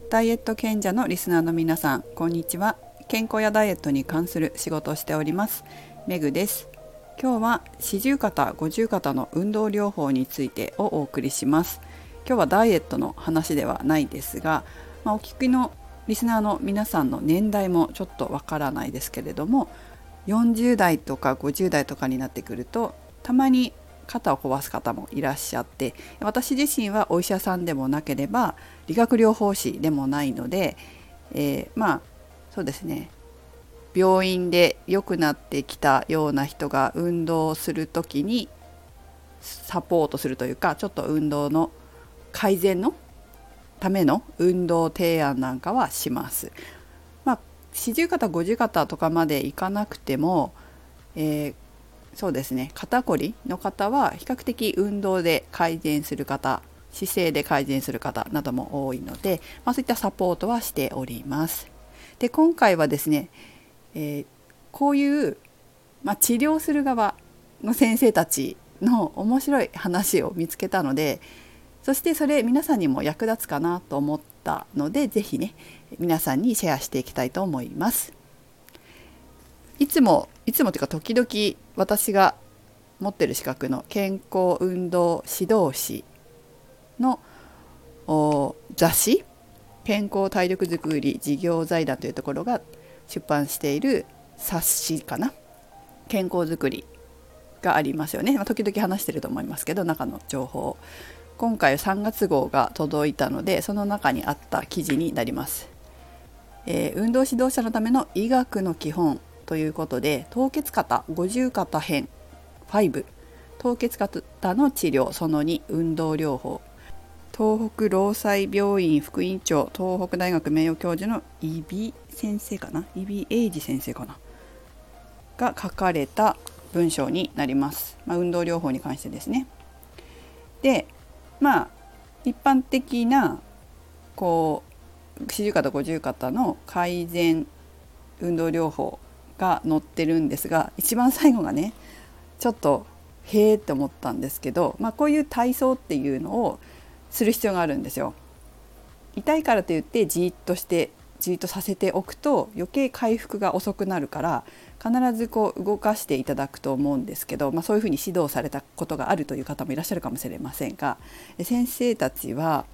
ダイエット賢者のリスナーの皆さん、こんにちは。健康やダイエットに関する仕事をしておりますメグです。今日は四十肩五十肩の運動療法についてをお送りします。今日はダイエットの話ではないですが、お聞きのリスナーの皆さんの年代もちょっとわからないですけれども、40代とか50代とかになってくるとたまに肩を壊す方もいらっしゃって、私自身はお医者さんでもなければ理学療法士でもないので、そうですね、病院で良くなってきたような人が運動をするときにサポートするというか、ちょっと運動の改善のための運動提案なんかはします。四十肩五十肩とかまでいかなくても、そうですね、肩こりの方は比較的運動で改善する方、姿勢で改善する方なども多いので、そういったサポートはしております。で、今回はですね、こういう、治療する側の先生たちの面白い話を見つけたので、そしてそれ皆さんにも役立つかなと思ったので、ぜひね皆さんにシェアしていきたいと思います。いつもというか時々私が持っている資格の健康運動指導士の雑誌、健康体力づくり事業財団というところが出版している冊子かな、健康づくりがありますよね。時々話してると思いますけど、中の情報、今回3月号が届いたので、その中にあった記事になります。運動指導者のための医学の基本ということで、凍結肩五十肩編5、凍結肩の治療その2、運動療法、東北労災病院副院長、東北大学名誉教授の伊比先生かな、伊比英二先生かなが書かれた文章になります。運動療法に関してですね。で、一般的な四十肩五十肩の改善運動療法が載ってるんですが、一番最後がねちょっとへーって思ったんですけど、こういう体操っていうのをする必要があるんですよ。痛いからといってじーっとさせておくと余計回復が遅くなるから、必ず動かしていただくと思うんですけど、そういうふうに指導されたことがあるという方もいらっしゃるかもしれませんが、先生たちは、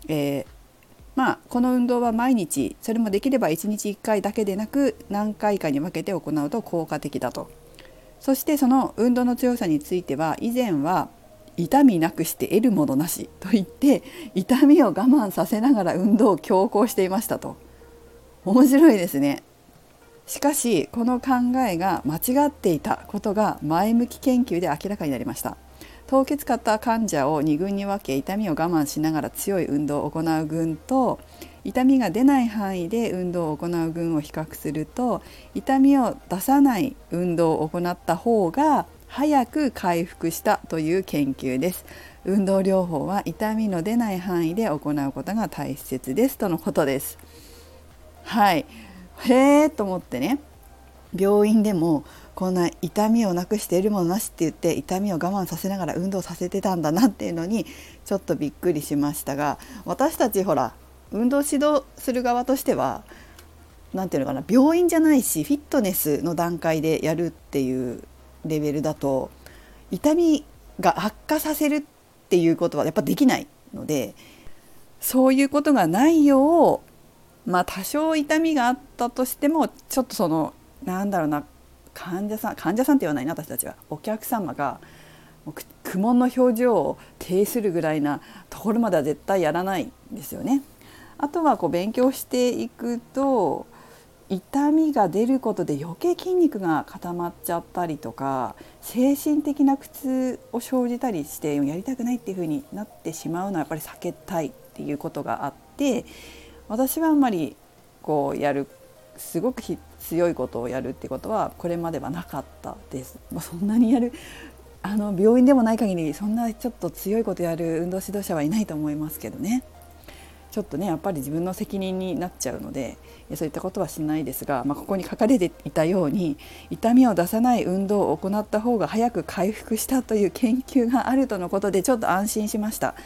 この運動は毎日、それもできれば1日1回だけでなく何回かに分けて行うと効果的だと。そしてその運動の強さについては、以前は痛みなくして得るものなしと言って、痛みを我慢させながら運動を強行していましたと。面白いですね。しかしこの考えが間違っていたことが前向き研究で明らかになりました。凍結肩患者を2群に分け、痛みを我慢しながら強い運動を行う群と、痛みが出ない範囲で運動を行う群を比較すると、痛みを出さない運動を行った方が早く回復したという研究です。運動療法は痛みの出ない範囲で行うことが大切ですとのことです。はい、へーと思ってね、病院でもこんな痛みをなくしているものなしって言って痛みを我慢させながら運動させてたんだなっていうのにちょっとびっくりしましたが、私たち運動指導する側としては病院じゃないしフィットネスの段階でやるっていうレベルだと、痛みが悪化させるっていうことはやっぱできないので、そういうことがないよう、多少痛みがあったとしても、ちょっと患者さんって言わないな、私たちはお客様が苦悶の表情を呈するぐらいなところまでは絶対やらないんですよね。あとは勉強していくと、痛みが出ることで余計筋肉が固まっちゃったりとか、精神的な苦痛を生じたりしてやりたくないっていう風になってしまうのはやっぱり避けたいっていうことがあって、私はあんまりすごく強いことをやるってことはこれまではなかったです。そんなにやる病院でもない限りそんなちょっと強いことやる運動指導者はいないと思いますけどね。ちょっとねやっぱり自分の責任になっちゃうのでそういったことはしないですが、ここに書かれていたように痛みを出さない運動を行った方が早く回復したという研究があるとのことでちょっと安心しました。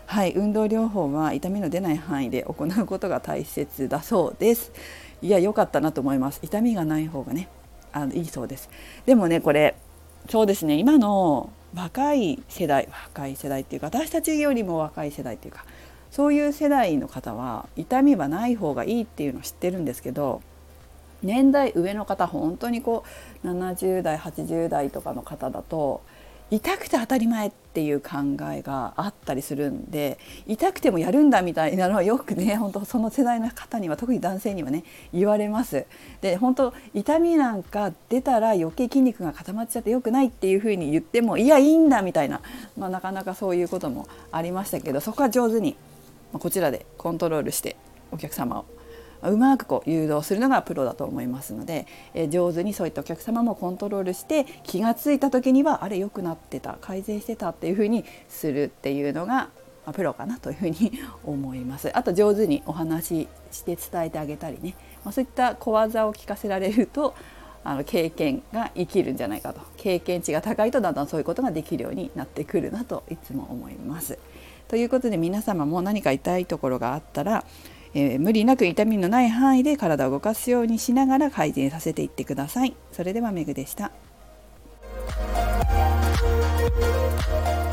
はい、運動療法は痛みの出ない範囲で行うことが大切だそうです。いや、良かったなと思います。痛みがない方がね、いいそうです。でもね、これそうですね、今の若い世代っていうか、私たちよりも若い世代っていうか、そういう世代の方は痛みはない方がいいっていうのを知ってるんですけど、年代上の方、本当に70代80代とかの方だと、痛くて当たり前っていう考えがあったりするんで、痛くてもやるんだみたいなのはよくね、本当その世代の方には、特に男性にはね言われます。で、本当痛みなんか出たら余計筋肉が固まっちゃってよくないっていう風に言っても、いやいいんだみたいな、なかなかそういうこともありましたけど、そこは上手にこちらでコントロールしてお客様をうまく誘導するのがプロだと思いますので、上手にそういったお客様もコントロールして、気がついた時にはあれ良くなってた、改善してたっていう風にするっていうのがプロかなというふうに思います。あと上手にお話しして伝えてあげたりね、そういった小技を聞かせられると経験が生きるんじゃないかと、経験値が高いとだんだんそういうことができるようになってくるなといつも思います。ということで、皆様も何か痛いところがあったら、無理なく痛みのない範囲で体を動かすようにしながら改善させていってください。それではめぐでした。